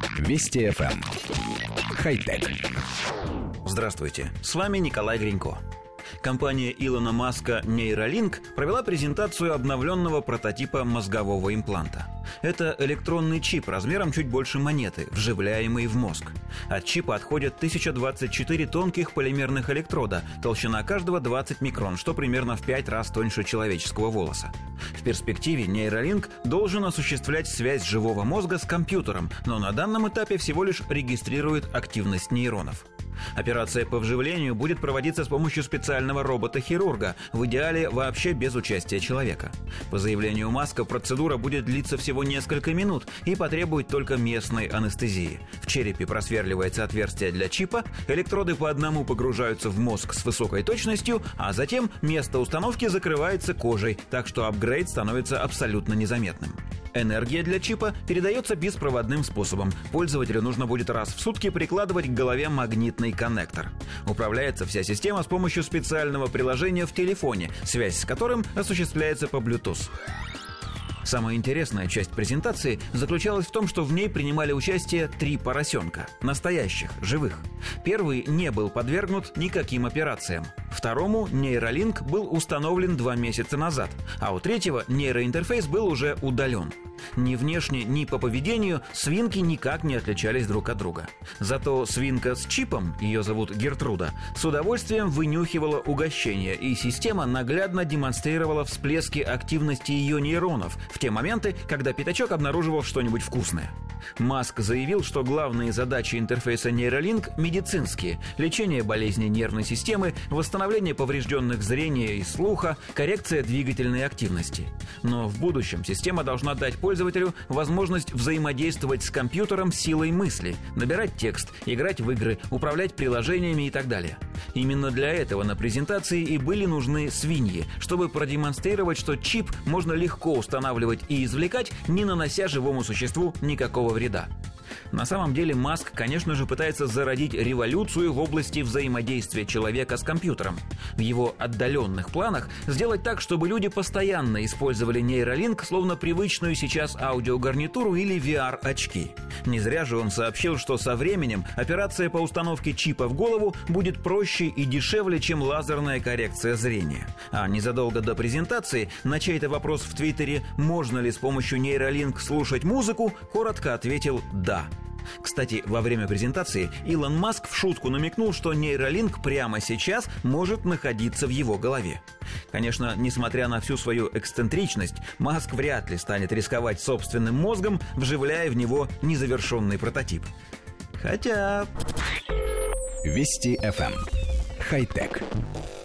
Вести ФМ. Хай-тек. Здравствуйте, с вами Николай Гринько. Компания Илона Маска Neuralink провела презентацию обновленного прототипа мозгового импланта. Это электронный чип размером чуть больше монеты, вживляемый в мозг. От чипа отходят 1024 тонких полимерных электрода, толщина каждого 20 микрон, что примерно в 5 раз тоньше человеческого волоса. В перспективе Neuralink должен осуществлять связь живого мозга с компьютером, но на данном этапе всего лишь регистрирует активность нейронов. Операция по вживлению будет проводиться с помощью специального робота-хирурга, в идеале вообще без участия человека. По заявлению Маска, процедура будет длиться всего несколько минут и потребует только местной анестезии. В черепе просверливается отверстие для чипа, электроды по одному погружаются в мозг с высокой точностью, а затем место установки закрывается кожей, так что апгрейд становится абсолютно незаметным. Энергия для чипа передается беспроводным способом. Пользователю нужно будет раз в сутки прикладывать к голове магнитный коннектор. Управляется вся система с помощью специального приложения в телефоне, связь с которым осуществляется по Bluetooth. Самая интересная часть презентации заключалась в том, что в ней принимали участие 3 поросенка. Настоящих, живых. Первый не был подвергнут никаким операциям. Второму Neuralink был установлен 2 месяца назад, а у третьего нейроинтерфейс был уже удален. Ни внешне, ни по поведению свинки никак не отличались друг от друга. Зато свинка с чипом, ее зовут Гертруда, с удовольствием вынюхивала угощение, и система наглядно демонстрировала всплески активности ее нейронов в те моменты, когда пятачок обнаруживал что-нибудь вкусное. Маск заявил, что главные задачи интерфейса Neuralink медицинские: лечение болезней нервной системы, восстановление поврежденных зрения и слуха, коррекция двигательной активности. Но в будущем система должна дать пользователю возможность взаимодействовать с компьютером силой мысли, набирать текст, играть в игры, управлять приложениями и так далее. Именно для этого на презентации и были нужны свиньи, чтобы продемонстрировать, что чип можно легко устанавливать и извлекать, не нанося живому существу никакого вреда. На самом деле Маск, конечно же, пытается зародить революцию в области взаимодействия человека с компьютером. В его отдаленных планах сделать так, чтобы люди постоянно использовали Neuralink словно привычную сейчас аудиогарнитуру или VR-очки. Не зря же он сообщил, что со временем операция по установке чипа в голову будет проще и дешевле, чем лазерная коррекция зрения. А незадолго до презентации на чей-то вопрос в Твиттере, можно ли с помощью Neuralink слушать музыку, коротко ответил «да». Кстати, во время презентации Илон Маск в шутку намекнул, что Neuralink прямо сейчас может находиться в его голове. Конечно, несмотря на всю свою эксцентричность, Маск вряд ли станет рисковать собственным мозгом, вживляя в него незавершенный прототип. Хотя... Вести ФМ. Хай-тек.